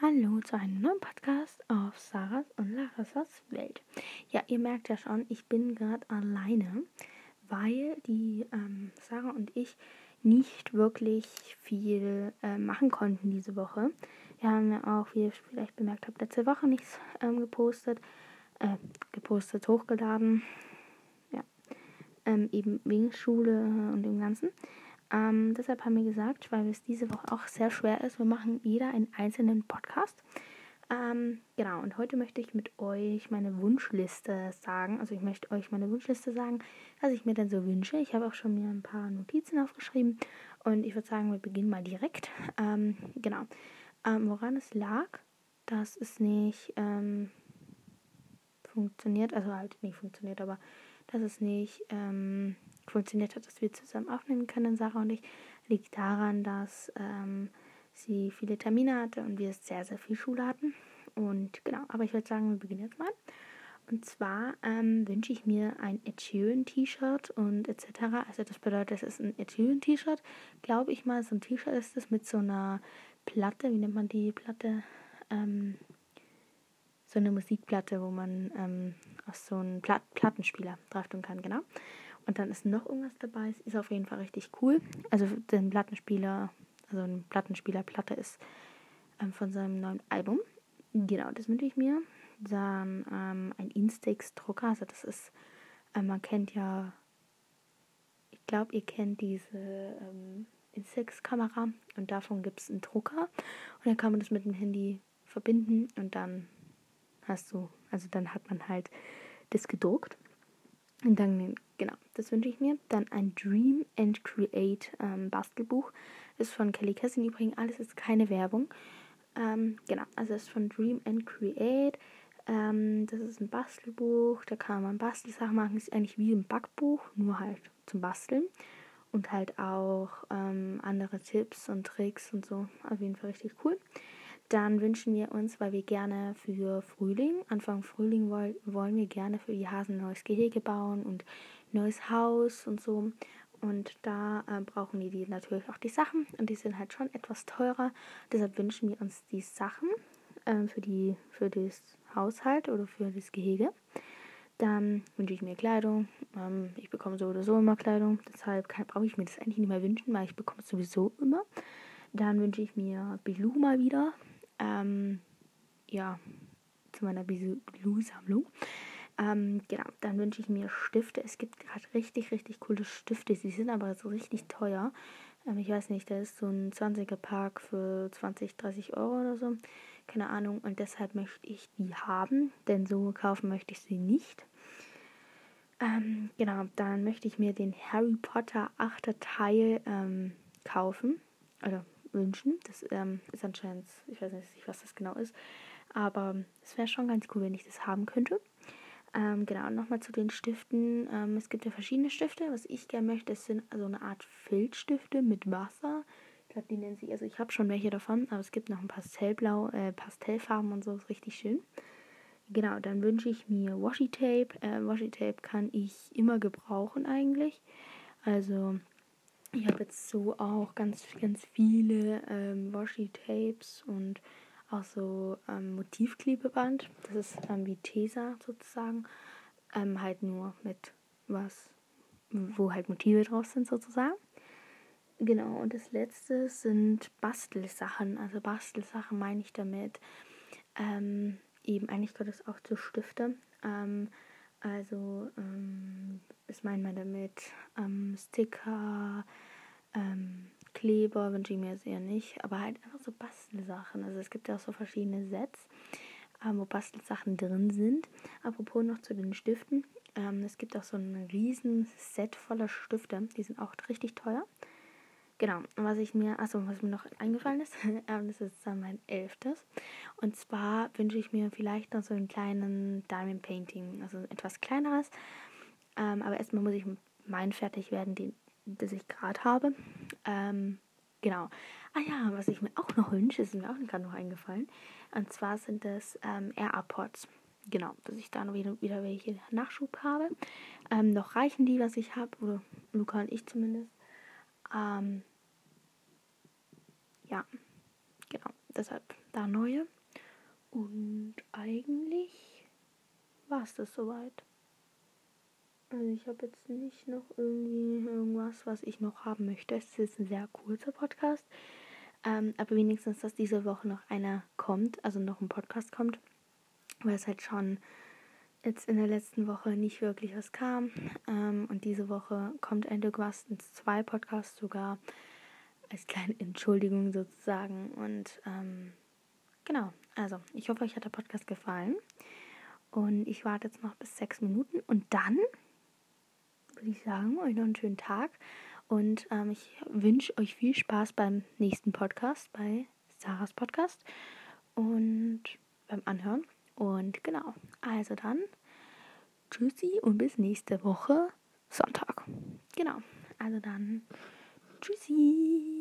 Hallo zu einem neuen Podcast auf Sarahs und Larissas Welt. Ja, ihr merkt ja schon, ich bin gerade alleine, weil die Sarah und ich nicht wirklich viel machen konnten diese Woche. Wir haben ja auch, wie ihr vielleicht bemerkt habt, letzte Woche nichts hochgeladen. Ja, eben wegen Schule und dem Ganzen. Deshalb haben wir gesagt, weil es diese Woche auch sehr schwer ist, wir machen jeder einen einzelnen Podcast. Genau, und heute möchte ich mit euch meine Wunschliste sagen. Also ich möchte euch meine Wunschliste sagen, was ich mir denn so wünsche. Ich habe auch schon mir ein paar Notizen aufgeschrieben und ich würde sagen, wir beginnen mal direkt. Genau. Woran es lag, dass es nicht funktioniert, also halt nicht funktioniert, aber dass es nicht funktioniert hat, dass wir zusammen aufnehmen können, Sarah und ich, liegt daran, dass sie viele Termine hatte und wir sehr, sehr viel Schule hatten. Und genau, aber ich würde sagen, wir beginnen jetzt mal. Und zwar wünsche ich mir ein Ed Sheeran-T-Shirt und etc. Also das bedeutet, es ist ein Ed Sheeran-T-Shirt, glaube ich mal. So ein T-Shirt ist es mit so einer Platte, wie nennt man die Platte? So eine Musikplatte, wo man aus so einem Plattenspieler drauf tun kann, genau. Und dann ist noch irgendwas dabei, es ist auf jeden Fall richtig cool. Also den Plattenspieler, also ein Plattenspielerplatte ist von seinem neuen Album. Genau, das wünsche ich mir. Dann ein Instax-Drucker, also das ist, man kennt ja, ich glaube, ihr kennt diese Instax-Kamera und davon gibt es einen Drucker und dann kann man das mit dem Handy verbinden und dann dann hat man halt das gedruckt. Und dann, genau, das wünsche ich mir. Dann ein Dream and Create Bastelbuch. Ist von Kelly Kessin übrigens. Alles ist keine Werbung. Genau, also ist von Dream and Create. Das ist ein Bastelbuch. Da kann man Bastelsachen machen. Ist eigentlich wie ein Backbuch, nur halt zum Basteln. Und halt auch andere Tipps und Tricks und so. Auf jeden Fall richtig cool. Dann wünschen wir uns, weil wir gerne für Frühling, Anfang Frühling wollen wir gerne für die Hasen ein neues Gehege bauen und neues Haus und so. Und da brauchen die natürlich auch die Sachen und die sind halt schon etwas teurer. Deshalb wünschen wir uns die Sachen für das Haushalt oder für das Gehege. Dann wünsche ich mir Kleidung. Ich bekomme so oder so immer Kleidung. Deshalb brauche ich mir das eigentlich nicht mehr wünschen, weil ich bekomme es sowieso immer. Dann wünsche ich mir Bilou mal wieder. Ja, zu meiner Bilou-Sammlung. Genau, dann wünsche ich mir Stifte. Es gibt gerade richtig, richtig coole Stifte. Sie sind aber so richtig teuer. Ich weiß nicht, da ist so ein 20er-Pack für 20, 30 Euro oder so. Keine Ahnung. Und deshalb möchte ich die haben, denn so kaufen möchte ich sie nicht. Genau, dann möchte ich mir den Harry Potter 8. Teil kaufen. Oder wünschen. Das ist anscheinend, ich weiß nicht, was das genau ist. Aber es wäre schon ganz cool, wenn ich das haben könnte. Genau, nochmal zu den Stiften. Es gibt ja verschiedene Stifte. Was ich gerne möchte, das sind so eine Art Filzstifte mit Wasser. Ich glaube, die nennen sich, also ich habe schon welche davon, aber es gibt noch ein Pastellfarben und so, ist richtig schön. Genau, dann wünsche ich mir Washi-Tape. Washi-Tape kann ich immer gebrauchen eigentlich. Also ich habe jetzt so auch ganz, ganz viele Washi-Tapes und auch so Motivklebeband. Das ist wie Tesa sozusagen. Halt nur mit was, wo halt Motive drauf sind sozusagen. Genau, und das letzte sind Bastelsachen. Also Bastelsachen meine ich damit. Eben eigentlich gehört es auch zu Stifte. Was meint man damit? Sticker, Kleber wünsche ich mir jetzt eher nicht, aber halt einfach so Bastelsachen. Also es gibt ja auch so verschiedene Sets, wo Bastelsachen drin sind. Apropos noch zu den Stiften. Es gibt auch so ein riesen Set voller Stifte. Die sind auch richtig teuer. Genau, was mir noch eingefallen ist, das ist dann mein 11. Und zwar wünsche ich mir vielleicht noch so einen kleinen Diamond Painting, also etwas kleineres. Aber erstmal muss ich mit meinen fertig werden, das ich gerade habe. Genau. Ah ja, was ich mir auch noch wünsche, ist mir auch gerade noch eingefallen. Und zwar sind das AirPods. Genau, dass ich da noch wieder welche Nachschub habe. Noch reichen die, was ich habe, oder Luca und ich zumindest. Ja, genau. Deshalb, da paar neue. Und eigentlich war es das soweit. Also ich habe jetzt nicht noch irgendwie irgendwas, was ich noch haben möchte. Es ist ein sehr kurzer Podcast. Aber wenigstens, dass diese Woche noch einer kommt, also noch ein Podcast kommt. Weil es halt schon jetzt in der letzten Woche nicht wirklich was kam. Und diese Woche kommt endlich was, 2 Podcasts sogar. Als kleine Entschuldigung sozusagen. Und genau, also ich hoffe, euch hat der Podcast gefallen. Und ich warte jetzt noch bis 6 Minuten. Und dann würde ich sagen, euch noch einen schönen Tag. Und ich wünsche euch viel Spaß beim nächsten Podcast, bei Sarahs Podcast. Und beim Anhören. Und genau, also dann, tschüssi und bis nächste Woche Sonntag. Genau, also dann, tschüssi.